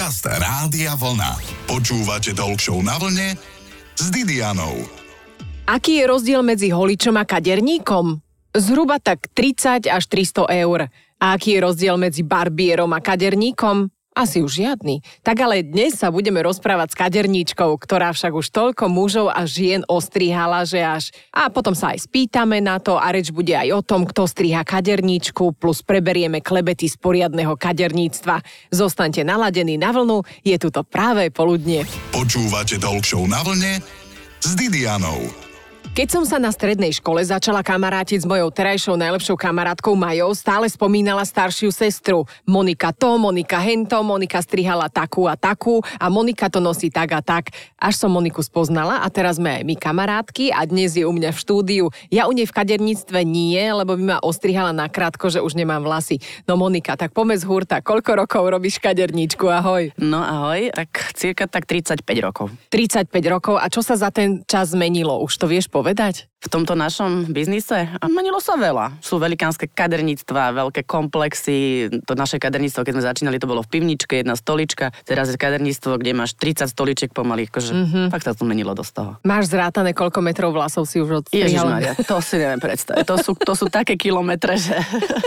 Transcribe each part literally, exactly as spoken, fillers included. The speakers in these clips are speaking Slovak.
Podcast Rádia Vlna. Počúvate Talk Show na vlne s Didianou. Aký je rozdiel medzi holičom a kaderníkom? Zhruba tak tridsať až tristo eur. A aký je rozdiel medzi barbierom a kaderníkom? Asi už žiadny. Tak ale dnes sa budeme rozprávať s kaderníčkou, ktorá však už toľko mužov a žien ostrihala, že až... A potom sa aj spýtame na to a reč bude aj o tom, kto striha kaderníčku, plus preberieme klebety z poriadneho kaderníctva. Zostaňte naladení na vlnu, je tu to práve poludnie. Počúvate Talk Show na vlne s Didianou. Keď som sa na strednej škole začala kamarátiť s mojou terajšou najlepšou kamarátkou Majou, stále spomínala staršiu sestru. Monika to, Monika hento, Monika strihala takú a takú a Monika to nosí tak a tak. Až som Moniku spoznala a teraz sme aj my kamarátky a dnes je u mňa v štúdiu. Ja u nej v kaderníctve nie, lebo by ma ostrihala nakrátko, že už nemám vlasy. No Monika, tak poďme z hurta, koľko rokov robíš kaderníčku? Ahoj. No ahoj, tak cirka tak tridsaťpäť rokov. tridsaťpäť rokov a čo sa za ten čas zmenilo? Už to vieš povedať? povedať? V tomto našom biznise menilo sa veľa. Sú velikánske kaderníctva, veľké komplexy. To naše kaderníctvo, keď sme začínali, to bolo v pivničke, jedna stolička. Teraz je kaderníctvo, kde máš tridsať stoličiek pomaly. Akože mm-hmm. Fakt sa to menilo dosť toho. Máš zrátané, koľko metrov vlasov si už odstrihal? Ježišmaria, to si neviem predstaviť. To sú, to sú také kilometre, že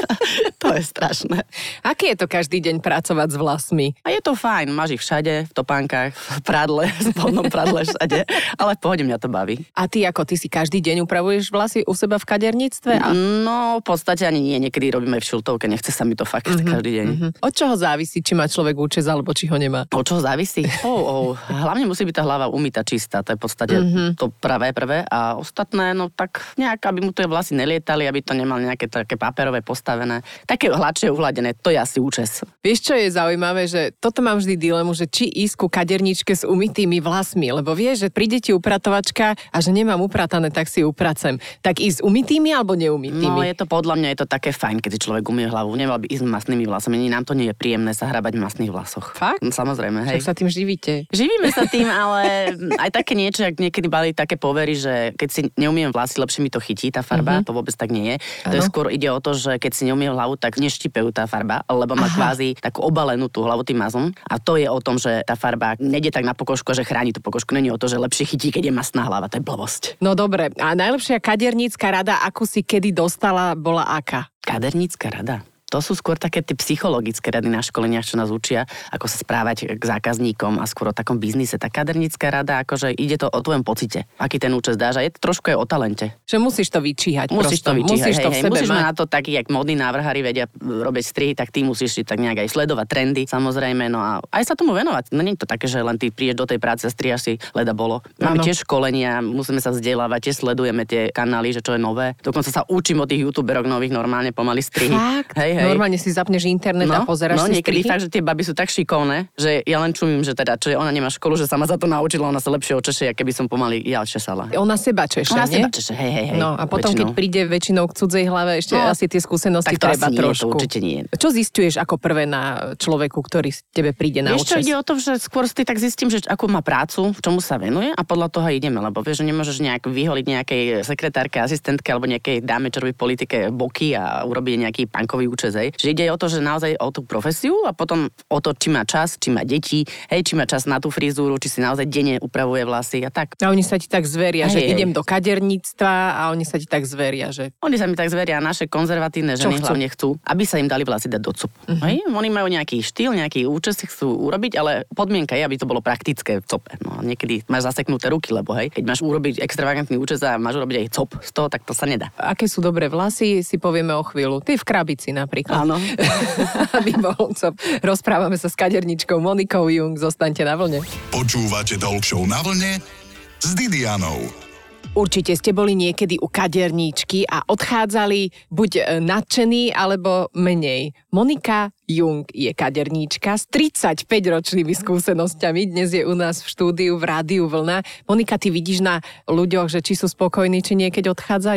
to je strašné. Aký je to každý deň pracovať s vlasmi? A je to fajn. Máš ich všade, v topánkach, v prádle, v spodnom prádle všade. Ale v pohode mňa to baví. A ty ako ty si každý deň upravuješ vlasy u seba v kaderníctve? A... No, v podstate ani nie. Niekedy robíme v šiltovke, nechce sa mi to fakt mm-hmm, každý deň. Mm-hmm. Od čoho závisí, či má človek účes, alebo či ho nemá? Od čoho závisí? Oh, oh. Hlavne musí byť tá hlava umytá, čistá. To je v podstate mm-hmm. to pravé prvé. A ostatné, no tak nejak, aby mu tie vlasy nelietali, aby to nemal nejaké také paperové postavené. Také hladšie uhladené, to je asi účes. Vieš, čo je zaujímavé, že toto mám vždy dilemu, že či ísť ku kaderničke s umytými vlasmi, lebo vieš, že príde ti upratovačka a že nemám upratané, tak si upracem. Tak ísť umytými alebo neumytými? No je to podľa mňa je to také fajn, keď si človek umie hlavu. Nemal by ísť masnými vlasami. Nám to nie je príjemné sa hrabať v masných vlasoch. Fakt? No, samozrejme, hej. Však sa tým živíte. Živíme sa tým, ale aj také niečo, ak niekedy bali také povery, že keď si neumiem vlasy, lepšie mi to chytí tá farba, mm-hmm. to vôbec tak nie je. Ano. To je skôr ide o to, že keď si neumiem hlavu, tak neštipejú tá farba, lebo má kvázi takú obalenú tú hlavu tým mazom. A to je o tom, že tá farba nejde tak na pokožku, že chráni tú pokožku. Není o to, že lepšie chytí, keď je masná hlava. To je blbosť. No dobre, a najlepšia kadernícka rada, akú si kedy dostala, bola aká? Kadernícka rada? To sú skôr také tie psychologické rady na školeniach, čo nás učia, ako sa správať k zákazníkom a skôr o takom biznise. Tá kadernícka rada, akože ide to o tvojom pocite, aký ten účes dáš a je to trošku aj o talente. Že musíš to vyčíhať. Musíš prosto. to vyčíhať, musíš hej, to v hej, sebe musíš mať. na to taký, jak modní návrhári vedia robiť strihy, tak ty musíš si tak nejak aj sledovať trendy, samozrejme, no a aj sa tomu venovať. No nie je to také, že len ty prídeš do tej práce a strihaš si leda bolo. Máme tiež školenia, musíme sa vzdelávať, tiež sledujeme tie kanály, že čo je nové. Dokonca sa učím od tých youtuberov nových normálne pomaly strihy. Fakt? Hej, hej. Normálne si zapneš internet no, a pozeráš no, si niekedy strihy? fakt, že tie baby sú tak šikovné, že ja len čumím, že teda, čo je, ona nemá školu, že sa ma za to naučila, ona sa lepšie očeše, keby som pomaly ja česala. Ona seba češe, ona nie? Ona seba češe, hej, hej, hej. No a potom, väčšinou. Keď príde väčšinou k cudzej hlave, ešte no, asi tie skúsenosti treba nie, trošku. To určite nie. Čo zisťuješ ako prvé na človeku, ktorý tebe príde na účes? Vieš čo, ide o to, že skôr si tak zistím, že akú má prácu, čomu sa venuje a podľa toho ideme, lebo vieš, že nemôžeš nejak vyholiť nejakej sekretárke, asistentke alebo nejakej dáme, čo robí politike boky a urobiť nejaký punkový účes, hej. Že ide o to, že naozaj o tú profesiu a potom o to, či má čas, či má deti, hej, či má čas na tú frizúru, či si naozaj denne upravuje vlasy a tak. A oni sa ti tak zveria, hej, že hej. idem do kaderníctva a oni sa ti tak zveria, že... Oni sa mi tak zveria, naše konzervatívne ženy chcú? hlavne chcú, aby sa im dali vlasy dať do cup. Uh-huh. Hej, oni majú nejaký štýl, nejaký účes chcú urobiť, ale podmienka je, aby to bolo praktické v cope. No, niekedy máš zaseknuté ruky, lebo hej, keď máš urobiť extravagantný účes a máš urobiť aj cop z toho, tak to sa nedá. Aké sú dobré vlasy, si povieme o chvíľu. Ty v krabici napríklad. Áno. Aby bol cop. Rozprávame sa s kaderničkou Monikou Jung. Zostaňte na vlne. Počúvate Talk Show na vlne s Didianou. Určite ste boli niekedy u kaderníčky a odchádzali buď nadšení, alebo menej. Monika Jung je kaderníčka s tridsaťpäťročnými skúsenosťami. Dnes je u nás v štúdiu v Rádiu Vlna. Monika, ty vidíš na ľuďoch, že či sú spokojní, či niekedy odchádzajú?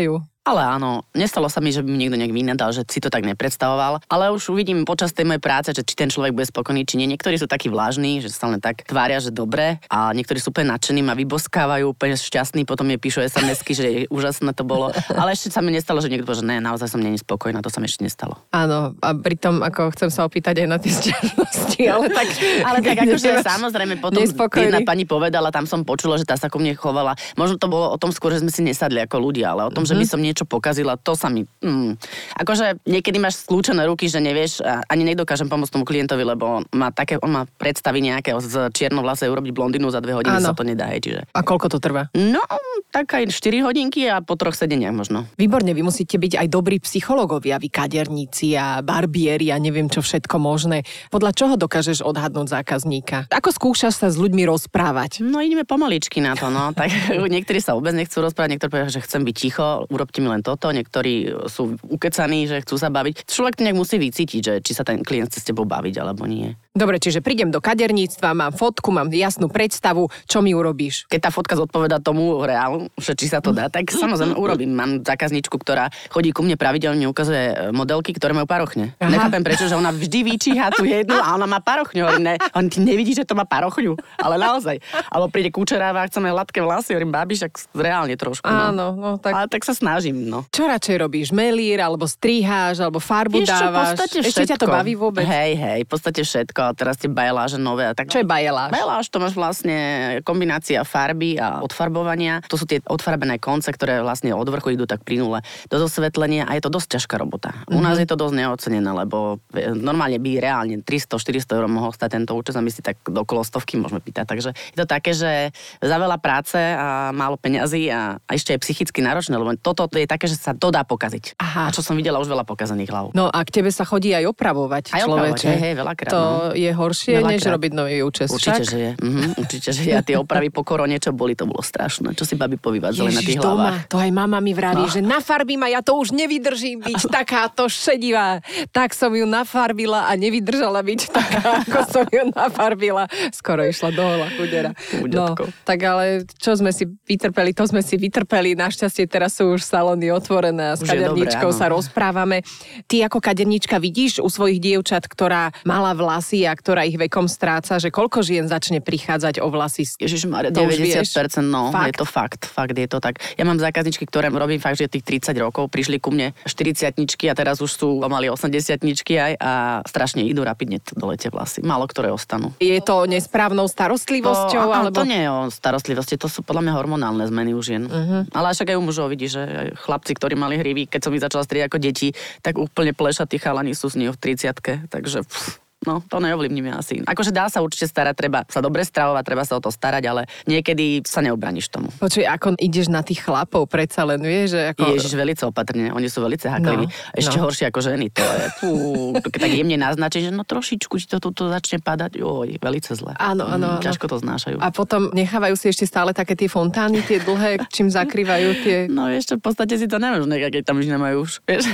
Ale áno, nestalo sa mi, že by mi niekto nejak vynadal, že si to tak nepredstavoval, ale už uvidím počas tej mojej práce, že či ten človek bude spokojný, či nie. Niektorí sú takí vlážni, že sa len tak tvária, že dobre, a niektorí sú úplne nadšení, ma vyboskávajú, úplne šťastní, potom mi píšu es em esky, že úžasné to bolo. Ale ešte sa mi nestalo, že niekto povie, že ne, naozaj som není spokojná, to sa mi ešte nestalo. Áno, a pritom ako chcem sa opýtať aj na tie sťažnosti, ale tak... ale tak akože samozrejme potom jedna pani povedala, tam som počula, že tá sa ku mne chovala. Možno to bolo o tom skôr, že sme si nesadli ako ľudia, ale o tom, mm-hmm. že by som niečo pokazila, to sa mi... Mm. Akože niekedy máš skľúčené ruky, že nevieš, a ani nedokážem pomôcť tomu klientovi, lebo on má také, on má predstavy nejaké z čiernovlasej urobiť blondínu za dve hodiny, áno. Sa to nedá, hej, čiže... A koľko to trvá? No, tak aj štyri hodinky a po troch sedeniach možno. Výborne, vy musíte byť aj dobrí psychológovia, vy kaderníci a barbieri a neviem čo všetko možné. Podľa čoho dokážeš odhadnúť zákazníka? Ako skúšaš sa s ľuďmi rozprávať? No ideme pomaličky na to, no. Tak niektorí sa vôbec nechcú rozprávať, niektorí povedia, že chcem byť ticho, urobte mi len toto, niektorí sú ukecaní, že chcú sa baviť. Človek to nejak musí vycítiť, že či sa ten klient chce s tebou baviť alebo nie. Dobre, čiže prídem do kaderníctva, mám fotku, mám jasnú predstavu, čo mi urobíš? Keď tá fotka zodpovedá tomu reálu, že či sa to dá, tak samozrejme urobím. Mám zákazničku, ktorá chodí ku mne pravidelne, ukazuje modelky, ktoré majú parochne. Aha. Nechápem prečo, že ona vždy vyčíha tú jednu a ona má parochňu. Hovorím, ne, on ty nevidí, že to má parochňu, ale naozaj. Alebo príde kučeráva, chceme hladké vlasy, hovorím, babi, však reálne trošku. No. Áno, no tak. Ale tak sa snažím, no. Čo radšej robíš? Melír, alebo striháš, alebo farbu Ešte, dávaš? Ešte ťa to baví vôbec? Hej, hej, v podstate všetko. A teraz tie bajeláže nové. Tak... Čo je bajeláž? Bajeláž, to máš vlastne kombinácia farby a odfarbovania. To sú tie odfarbené konce, ktoré vlastne od vrchu idú tak plynule do zosvetlenia a je to dosť ťažká robota. Mm-hmm. U nás je to dosť neocenené, lebo normálne by reálne tristo štyristo eur mohol stať tento účes a my si tak okolo stovky môžeme pýtať. Takže je to také, že za veľa práce a málo peňazí a, a ešte je psychicky náročné, lebo toto je také, že sa to dá pokaziť. Aha. A čo som videla už veľa pokazaných hlav. No a k tebe sa chodí aj opravovať, aj človeče. Opravovať, hej, veľakrát. To no. je horšie, veľakrát. Než robiť nový účes. Určite, že je. Mhm, určite, že je. A tie opravy po korone, čo boli, to bolo strašné. Čo si babi povyvádzali na tých hlavách. To aj mama mi vraví, no. Že nafarbi ma, ja to už nevydržím byť takáto šedivá. Tak som ju nafarbila a nevydržala byť taká, ako som ju nafarbila. Skoro išla do hola, chudera. No, tak ale čo sme si vytrpeli, to sme si vytrpeli. Našťastie teraz sú už salóny otvorené a s kaderníčkou sa rozprávame. Ty ako kaderníčka vidíš u svojich dievčat, ktorá mala vlasy a ktorá ich vekom stráca, že koľko žien začne prichádzať o vlasy? Ježišmaria, deväťdesiat percent, no, fakt? Je to fakt, fakt je to tak. Ja mám zákazničky, ktoré robím fakt, že tých tridsať rokov, prišli ku mne štyridsiatničky a teraz už sú mali osemdesiatničky aj a strašne idú rapidne dolete vlasy. Málo ktoré ostanú. Je to nesprávnou starostlivosťou? To, alebo... to nie je o starostlivosti, to sú podľa mňa hormonálne zmeny u žien. Uh-huh. Ale však aj u mužov vidí, že chlapci, ktorí mali hrivy, keď som ich začala strieť ako deti, tak úplne plešatí chalani sú z nich v tridsiatke, takže pff. No, to neovlivníme asi. Akože dá sa určite starať, treba sa dobre stravovať, treba sa o to starať, ale niekedy sa neobraníš tomu. Počuj, ako ideš na tých chlapov, predsa len vieš, že ako... Ježiš, velice opatrne, oni sú velice hakliví. No, ešte no. Horšie ako ženy, to je, fú, tak jemne naznačí, že no trošičku ti to tu začne padať, joj, velice zle. Áno, áno, mm, ťažko to znášajú. A potom nechávajú si ešte stále také tie fontány, tie dlhé, čím zakrývajú tie... No ešte v podstate si to nemôžu nechať, keď tam už nemajú už, vieš.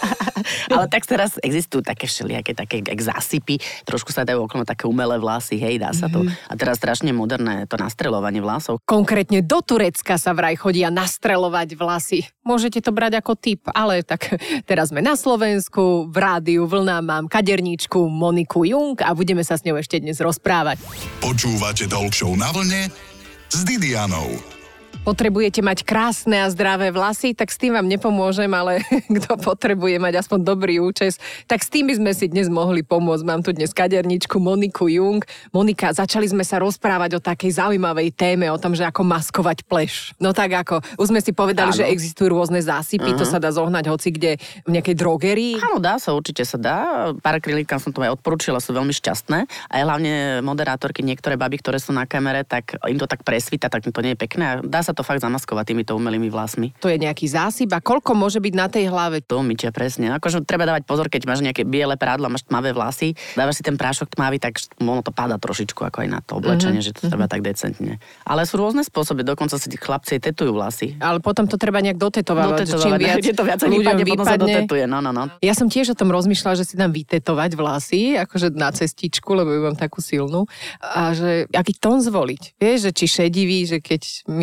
Ale tak teraz existujú také všelijaké také zásypy, trošku sa dajú okolo také umelé vlasy, hej, dá sa to. A teraz strašne moderné to nastreľovanie vlasov. Konkrétne do Turecka sa vraj chodia nastreľovať vlasy. Môžete to brať ako tip, ale tak teraz sme na Slovensku, v rádiu Vlna mám kaderníčku Moniku Jung a budeme sa s ňou ešte dnes rozprávať. Počúvate Talk Show na vlne s Didianou. Potrebujete mať krásne a zdravé vlasy, tak s tým vám nepomôžem, ale kto potrebuje mať aspoň dobrý účes, tak s tým by sme si dnes mohli pomôcť. Mám tu dnes kaderničku Moniku Jung. Monika, začali sme sa rozprávať o takej zaujímavej téme, o tom, že ako maskovať pleš. No tak ako, už sme si povedali, áno, že existujú rôzne zásypy, uh-huh. To sa dá zohnať hoci kde v nejakej drogerii. Áno, dá sa, určite sa dá. Pár akrylikám som to aj odporúčila, sú veľmi šťastné. A hlavne moderátorky, niektoré baby, ktoré sú na kamere, tak im to tak presvíta, tak to nie je pekné. Dá sa to fakt zamaskovať týmito umelými vlasmi. To je nejaký zásyp a koľko môže byť na tej hlave? To mi ťa presne. Akože treba dávať pozor, keď máš nejaké biele prádlo, máš tmavé vlasy, dávaš si ten prášok tmavý, tak ono to páda trošičku ako aj na to oblečenie, mm-hmm. že to treba tak decentne. Ale sú rôzne spôsoby, dokonca si chlapci tetujú vlasy. Ale potom to treba nejak dotetovať. Dotetovať, čím viac, to viac vypadne, potom sa dotetuje. No, no, no. Ja som tiež o tom rozmýšľala, že si dám vytetovať vlasy, akože na cestičku, lebo ju mám takú silnú. A že aký tón zvoliť. Vieš, že či šedivý, že keď mi tam začne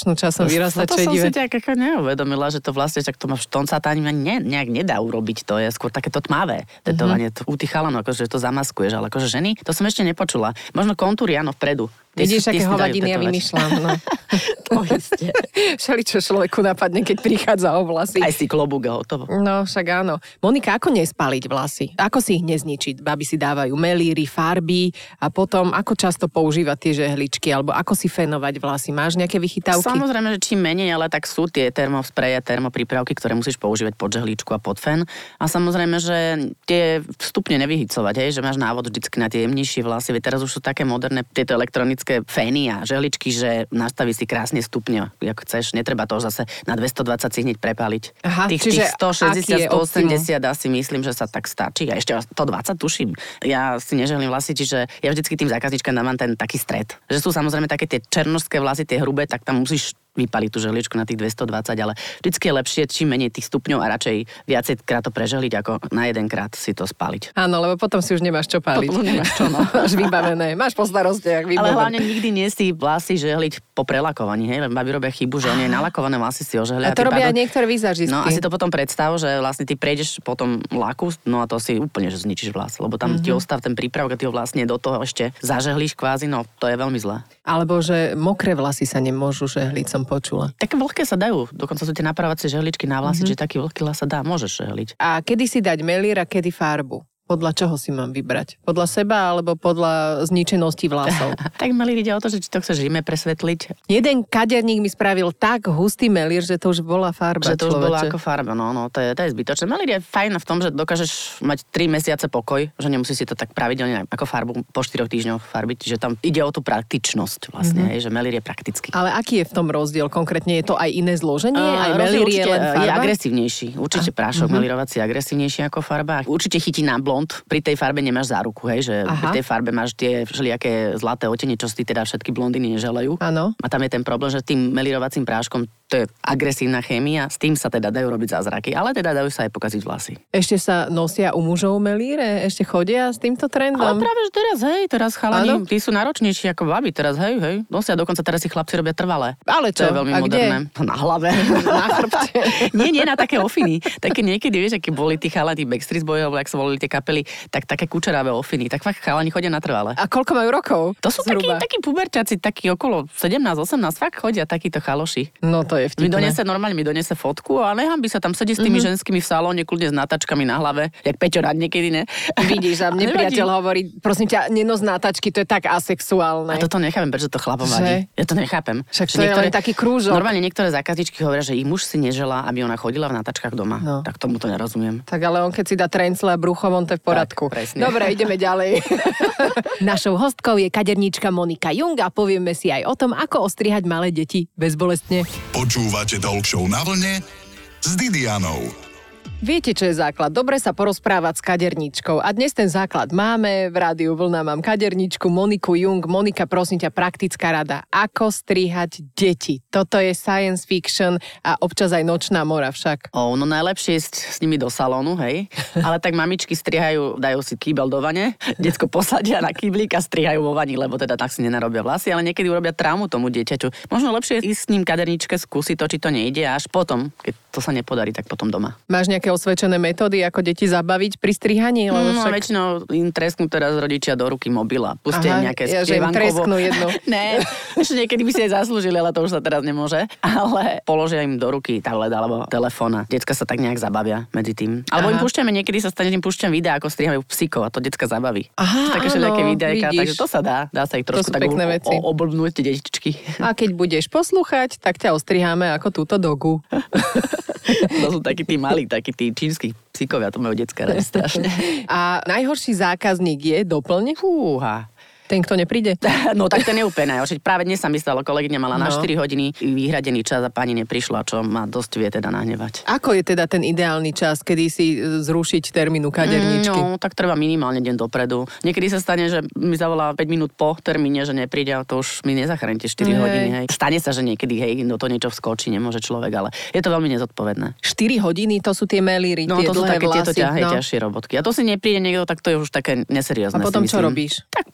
začnú časom vyrastať to som šedivé. si tak ako neuvedomila, že to vlastne, tak to máš štoncátá ani ne, nejak nedá urobiť. To je skôr takéto tmavé tetovanie. Uh-huh. U tých chalanov, akože to zamaskuješ, ale akože ženy, to som ešte nepočula. Možno kontúry, áno, vpredu. Vidíš, aké hovadiny ja vymýšľam. No. To isté. Všeličo človeku napadne, keď prichádza o vlasy. Aj si klobúk a hotovo. No, však áno. Monika, ako nespaliť vlasy? Ako si ich nezničiť? Baby si dávajú melíry, farby a potom ako často používať tie žehličky alebo ako si fenovať vlasy? Máš nejaké vychytávky? Samozrejme, že čím menej, ale tak sú tie termospreje, termoprípravky, ktoré musíš používať pod žehličku a pod fen. A samozrejme, že tie vstupne nevyhycovať, hej, že máš návod vždycky na tie jemnejšie vlasy. Veď teraz už sú také moderné tieto elektronické fény a žehličky, že nastaví si krásne stupne, ako chceš. Netreba to zase na dvestodvadsať si hneď prepáliť. Aha, tých, čiže tých stošesťdesiat, stoosemdesiat asi myslím, že sa tak stačí. A ešte stodvadsať tuším. Ja si nežehlím vlasy, čiže ja vždycky tým zákazničkám dávam ten taký stred. Že sú samozrejme také tie černošské vlasy, tie hrubé, tak tam musíš vypaliť tú žehličku na tých dvestodvadsať, ale vždycky je lepšie čím menej tých stupňov a radšej viacej krát to prežehliť, ako na jeden krát si to spáliť. Áno, lebo potom si už nemáš čo páliť. Potom nemáš čo, no. Máš vybavené, máš po starostiach vybavené. Ale hlavne nikdy nie si vlasy žehliť po prelakovaní, hej, len babi robia chybu, že oni nalakované vlasy si ožehlia. A to robia aj niektoré výzažistky. No a si to potom predstav, že vlastne ty prejdeš potom laku, no a to si úplne že zničíš vlas, lebo tam mm-hmm. ti ostáv ten prípravok a ty ho vlastne do toho ešte zažehlíš kvázi, no to je veľmi zlé. Alebo že mokré vlasy sa nemôžu žehliť, som počula. Také vlhké sa dajú, dokonca sú tie napravovacie žehličky na vlasy, mm-hmm. že taký vlhký vlas sa dá, môžeš žehliť. A kedy si dať melír a kedy farbu? Podľa čoho si mám vybrať? Podľa seba alebo podľa zničenosti vlasov? Tak melír ide o to, že či to chceš žime presvetliť. Jeden kaderník mi spravil tak hustý melír, že to už bola farba. Že to človeče. už bola ako farba, no, no to, je, to je zbytočné. Melír je fajn v tom, že dokážeš mať tri mesiace pokoj, že nemusíš si to tak pravidelne ako farbu po štyroch týždňoch farbiť, že tam ide o tú praktičnosť vlastne, mm-hmm. hej, že melír je praktický. Ale aký je v tom rozdiel? Konkrétne je to aj iné zloženie? Uh, aj melír je len farba? Je agresívnejší. Určite prášok uh-huh. melírovací je agresívnejší ako farba. Určite chytí na blond. Pri tej farbe nemáš záruku, hej, že Aha. pri tej farbe máš tie všelijaké zlaté odtene, čo si teda všetky blondiny neželajú. Áno. A tam je ten problém, že tým melírovacím práškom to je agresívna chémia, s tým sa teda dajú robiť zázraky, ale teda dajú sa aj pokaziť vlasy. Ešte sa nosia u mužov melíre? Ešte chodia s týmto trendom? Ale práve, že teraz, hej, teraz chalani, ano? Tí sú náročnejší ako baby, teraz, hej, hej. Nosia, dokonca teraz si chlapci robia trvalé. Ale čo? To je veľmi A moderné. Kde? Na hlave. Na chrbte. nie, nie, na také ofiny. Také niekedy, vieš, akí boli tí chalani Backstreet Boys, alebo ak sa volili tie kapely, tak také kučeravé ofiny. Tak fakt chalani chodia na trvalé. A koľko majú rokov? To sú takí, takí puberťaci, takí okolo sedemnásť osemnásť, fakt chodia takíto chaloši. No to je vtipné. Normálne mi donese fotku a nechám by sa tam sedieť s tými mm-hmm. ženskými v salóne, kľudne s nátačkami na hlave, jak Peťo rád niekedy, ne? Vidíš, a mne priateľ hovorí, prosím ťa, nenos nátačky, to je tak asexuálne. A toto nechápem, prečo to chlapom vadí. Ja to nechápem. Však to niektoré, je len taký krúžok. Normálne niektoré zákazničky hovoria, že ich muž si neželá, aby ona chodila v nátačkách doma. No. Tak tomu to nerozumiem. Tak ale on keď si dá trencle a bruchom, on to je v poradku. Tak, dobre, ideme ďalej. Našou hostkou je kaderníčka Monika Jung a povieme si aj o tom, ako ostrihať malé deti bezbolestne. Počúvate Talk Show na vlne s Didianou. Viete, čo je základ? Dobre sa porozprávať s kaderníčkou. A dnes ten základ máme. V rádiu Vlna mám kaderníčku Moniku Jung. Monika, prosím ťa, praktická rada. Ako strihať deti? Toto je science fiction a občas aj nočná mora však. O, no najlepšie ísť s nimi do salónu, hej. Ale tak mamičky strihajú, dajú si kýbel do vane, decko posadia na kýblík a strihajú vo vani, lebo teda tak si nenarobia vlasy, ale niekedy urobia traumu tomu dieťaťu. Možno lepšie ísť s ním kaderníčke, skúsiť to, či to nejde, a až potom, keď to sa nepodarí, tak potom doma. Máš nejaké osvedčené metódy, ako deti zabaviť pri strihaní? Lebo no, však... väčšinou im tresknú teraz rodičia do ruky mobil a pustia im nejaké ja, spievankovo. Že im tresknú jednu. Ne, ešte niekedy by si aj zaslúžili, ale to už sa teraz nemôže. Ale položia im do ruky tablet alebo telefón a decka sa tak nejak zabavia medzi tým. Alebo Aha. im púšťame, niekedy sa stane, že im púšťam videa, ako strihajú psíkov a to decka zabaví. Aha, také všelijaké videá, takže to sa dá. Dá sa ich trošku tak oblbnúť tie detičky. A keď budeš poslúchať, tak ťa ostriháme ako túto dogu. To sú takí tí malí, takí tí čínsky psíkovia, to majú detská radi strašne. A najhorší zákazník je doplň? Fúha. Ten, kto nepríde? No tak ten je úplne najhorší. Práve dnes sa mi stalo, kolegyňa mala no. na štyri hodiny vyhradený čas a pani neprišla, čo ma dosť vie teda nahnevať. Ako je teda ten ideálny čas, kedy si zrušiť termínu kaderníčky? No, tak trvá minimálne deň dopredu. Niekedy sa stane, že mi zavolá päť minút po termíne, že nepríde, a to už mi nezachránite štyri hodiny. Hej. Stane sa, že niekedy, hej, no to niečo vskočí, nemôže človek, ale je to veľmi nezodpovedné. štyri hodiny, to sú tie melíry, no, tie to sú také vlasy, tieto ťahej, no. ťažšie robotky. A to si nepríde niekto, tak to je už také neseriózne. A potom čo robíš? Tak potom možno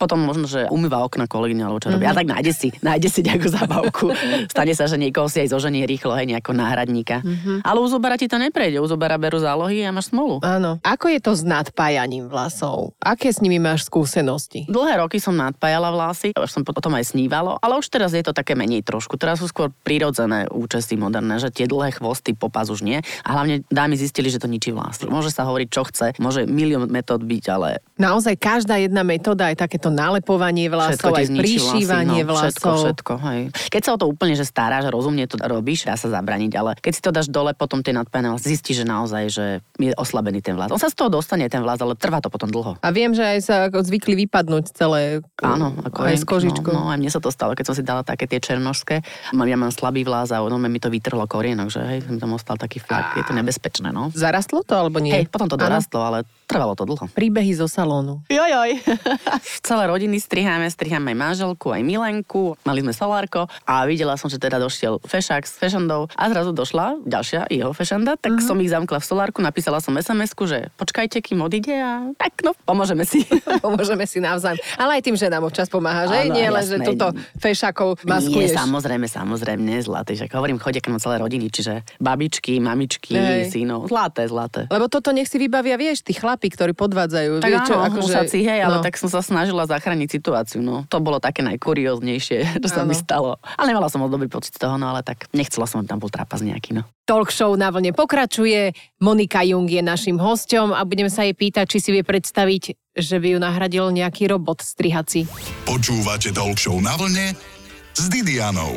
že umýva okna kolegyňa, alebo čo robí. A tak nájde si, nájde si nejakú zábavku. Stane sa, že niekoho si aj zoženie rýchlo, hej, nejakého náhradníka. Mm-hmm. Ale u zobara ti to neprejde. U zobara berú zálohy a máš smolu. Áno. Ako je to s nadpájaním vlasov? Aké s nimi máš skúsenosti? Dlhé roky som nadpájala vlasy, už som potom aj snívalo, ale už teraz je to také menej trošku. Teraz sú skôr prirodzené účesy moderné, že tie dlhé chvosty popas už nie. A hlavne dámy zistili, že to ničí vlasy. Môže sa hovoriť, čo chce, môže milión metód byť, ale naozaj každá jedna metóda, aj takéto nalepovanie vlasov, aj prišívanie vlasy, no, vlasov. Všetko, všetko, hej. Keď sa o to úplne, že staráš, rozumne to robíš, dá sa zabraniť, ale keď si to dáš dole, potom tie nadpájané vlasy, zistíš, že naozaj, že je oslabený ten vlas. On sa z toho dostane ten vlas, ale trvá to potom dlho. A viem, že aj sa zvykli vypadnúť celé. Áno, ako aj s kožičkou. No, no, aj mne sa to stalo, keď som si dala také tie černošské. Ja mám slabý vlas a no, mi to vytrhlo korienok, že hej, mi tam ostal taký flak, je to nebezpečné, no. Zarastlo to alebo nie? Hej, potom to dorastlo, ale trvalo to dlho. Príbehy zo salónu. Jojoj. Celé rodiny striháme, striháme aj manželku, aj Milenku. Mali sme solárko a videla som, že teda došiel fešák s fešandou a zrazu došla ďalšia jeho fešanda, tak uh-huh. som ich zamkla v solárku, napísala som es em esku, že počkajte, kým odíde a tak no, pomôžeme si. Pomôžeme si navzájom. Ale aj tým ženám občas pomáha, že? Áno, Nie len, jasné. že túto fešákov maskuješ. Nie, samozrejme, samozrejme, zlaté. Že hovorím, chodia k nám celé rodiny, čiže babičky, mamičky, Hej. synov, zlaté, zlaté. Lebo toto nech si vybavia, vieš, tí chlapi, ktorí podvádzajú. Tak Vieš, čo, áno, akože, husáci, hej, ale no. tak som sa snažila zachrániť situáciu, no. To bolo také najkurióznejšie, čo sa mi stalo. Ale nemala som moc dobrý pocit z toho, no ale tak nechcela som, aby tam bol trápas nejaký, no. Talk show na vlne pokračuje. Monika Jung je našim hosťom a budeme sa jej pýtať, či si vie predstaviť, že by ju nahradil nejaký robot strihací. Počúvate Talk show na vlne s Didianou.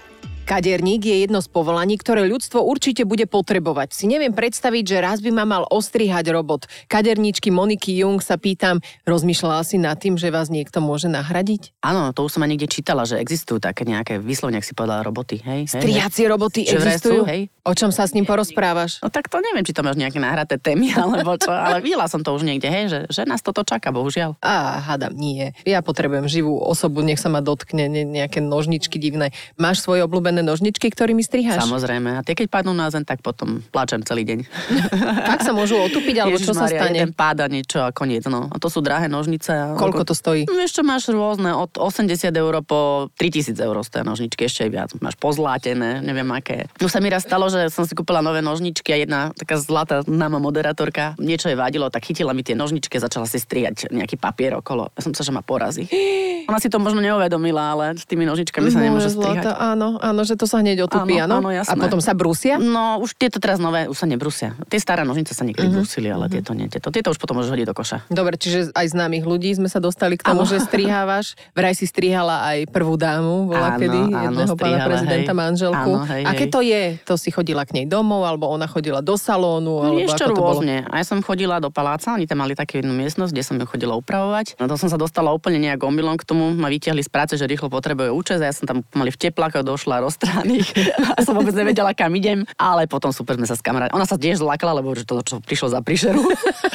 Kaderník je jedno z povolaní, ktoré ľudstvo určite bude potrebovať. Si neviem predstaviť, že raz by ma mal ostrihať robot. Kaderníčky Moniky Jung sa pýtam, rozmýšľala si nad tým, že vás niekto môže nahradiť? Áno, to už som aj niekde čítala, že existujú také nejaké, vyslovne, ak si povedala, roboty, hej? Strihacie roboty Že existujú? sú, hej? O čom sa s ním porozprávaš? No tak to neviem, či to máš nejaké nahraté témy, alebo čo, ale videla som to už niekde, hej, že, že nás toto čaká, bohužiaľ. Á, hádam, nie. Ja potrebujem živú osobu, nech sa ma dotkne, ne, nejaké nožničky divné. Máš svoje obľúbené nožničky, ktorými striháš? Samozrejme. A tie, keď padnú na zem, tak potom plačem celý deň. Tak sa môžu otúpiť, alebo čo sa Ježišmaria, stane? jeden páda niečo a koniec, no. A to sú drahé nožnice. A Koľko to stojí? Vieš čo, máš rôzne, od osemdesiat eur po tritisíc eur z tej nožničky, ešte aj viac. Máš pozlátené, neviem aké. Už sa mi raz stalo, že som si kúpila nové nožničky a jedna taká zlatá známa moderátorka, niečo jej vadilo, tak chytila mi tie nožničky a začala si strihať nejaký papier okolo. Ja som sa, že ma porazí. Ona si to možno neuvedomila, ale s tými nožničkami sa nemôže strihať. Zlata, áno, áno, že to sa hneď otupí, áno? Áno, jasné. A potom sa brúsia? No, už tieto teraz nové, už sa nebrusia. Tie staré nožnice sa niekedy uh-huh. brúsili, ale uh-huh. tieto nie. Tieto, tieto už potom môžeš hodiť do koša. Dobre, čiže aj známych ľudí sme sa dostali k tomu, áno. že strihávaš. Vraj si strihala aj prvú dámu, bola áno, kedy, áno, jedného pána prezidenta, hej. manželku. Áno, hej, Aké hej. to je? To si chodila k nej domov, alebo ona chodila do salónu, alebo Ešte ako to rôzne. bolo? A ja som chodila do paláca, oni tam mali takú jednu miestnosť, kde som ju chodila upravovať. No to som sa dostala úplne nejak omylom k tomu, ma vytiahli z práce, že rýchlo potrebujú účes a ja som tam mali v teplákoch došla roztrhaných a som vôbec nevedela, kam idem, ale potom super sme sa skamarátili. Ona sa tiež zlakla, lebo že to čo prišlo za príšeru.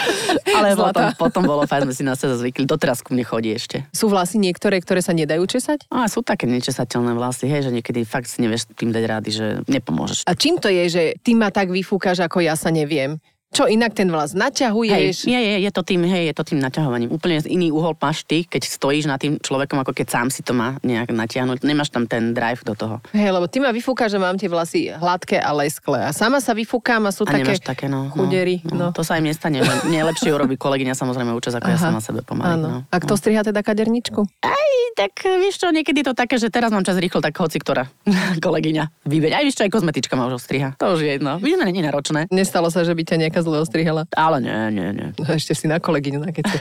Ale potom, potom bolo fajn, sme si na seba zvykli. Doteraz ku mne chodí ešte. Sú vlasy niektoré, ktoré sa nedajú česať? A sú také nečesateľné vlasy, hej, že niekedy fakt si nevieš tým dať rády, že nepomôžeš. A čím to je, že ty ma tak vyfúkaš, ako ja sa neviem? Čo inak ten vlas naťahuješ? Hej, je, je, je to tým, hej, je to tým naťahovaním. Úplne iný uhol máš ty, keď stojíš nad tým človekom, ako keď sám si to má nejak natiahnuť. Nemáš tam ten drive do toho. Hej, lebo ty ma vyfúkaš, že mám tie vlasy hladké a lesklé. A sama sa vyfúkam a sú a také, také no, chudery. No, no. No. To sa im nestane. Najlepšie urobí kolegyňa samozrejme účes, ako Aha. ja sama sebe pomáham. No. A kto no. striha teda kaderničku? Aj, tak vieš čo, niekedy to také, že teraz mám čas rýchlo, tak hoci ktorá kolegyňa vybeď. Aj vieš čo, aj kozmetička ma už ostriha. To už je jedno. Vidíme, nie je náročné. Nestalo sa, že by ťa nejaká zle ostrihala? Ale nie, nie, nie. No, ešte si na kolegyňu na kece.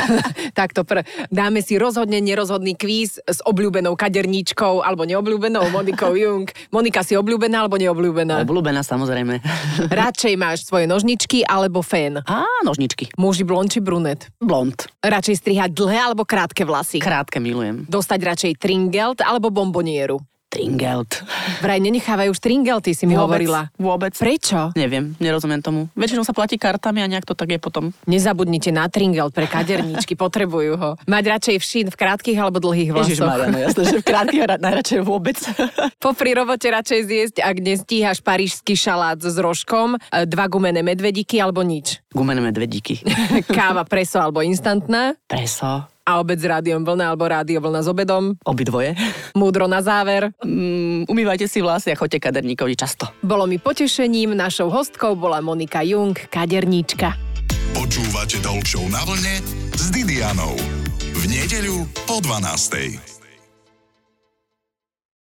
Takto pr- dáme si rozhodne nerozhodný kvíz s obľúbenou kaderníčkou alebo neobľúbenou Monikou Jung. Monika, si obľúbená alebo neobľúbená? Obľúbená, samozrejme. Radšej máš svoje nožničky alebo fén? Á, nožničky. Muži blond či brunet? Blond. Radšej strihať dlhé alebo krátke vlasy? Krátke milujem. Dostať radšej tringelt alebo bombonieru? Tringelt. Vraj nenechávajú stringelty, si mi Vôbec, hovorila. Vôbec. Prečo? Neviem, nerozumiem tomu. Väčšinou sa platí kartami a nejak to tak je potom. Nezabudnite na tringelt pre kaderníčky, potrebujú ho. Mať radšej všín v krátkych alebo dlhých vlasoch. Ježišmaria, no jasné, že v krátkych najradšej vôbec. Popri robote radšej zjesť, ak nestíhaš parížský šalát s rožkom, dva gumené medvedíky alebo nič. Gumené medvedíky. Káva preso alebo instantná. Preso. A obed s Rádiom Vlna alebo Rádio Vlna s obedom. Obidvoje. Múdro na záver. Mm, umývajte si vlasy a choďte kaderníkovi často. Bolo mi potešením, našou hostkou bola Monika Jung, kaderníčka. Počúvate Talk Show na vlne s Didianou. V nedeľu po dvanástej.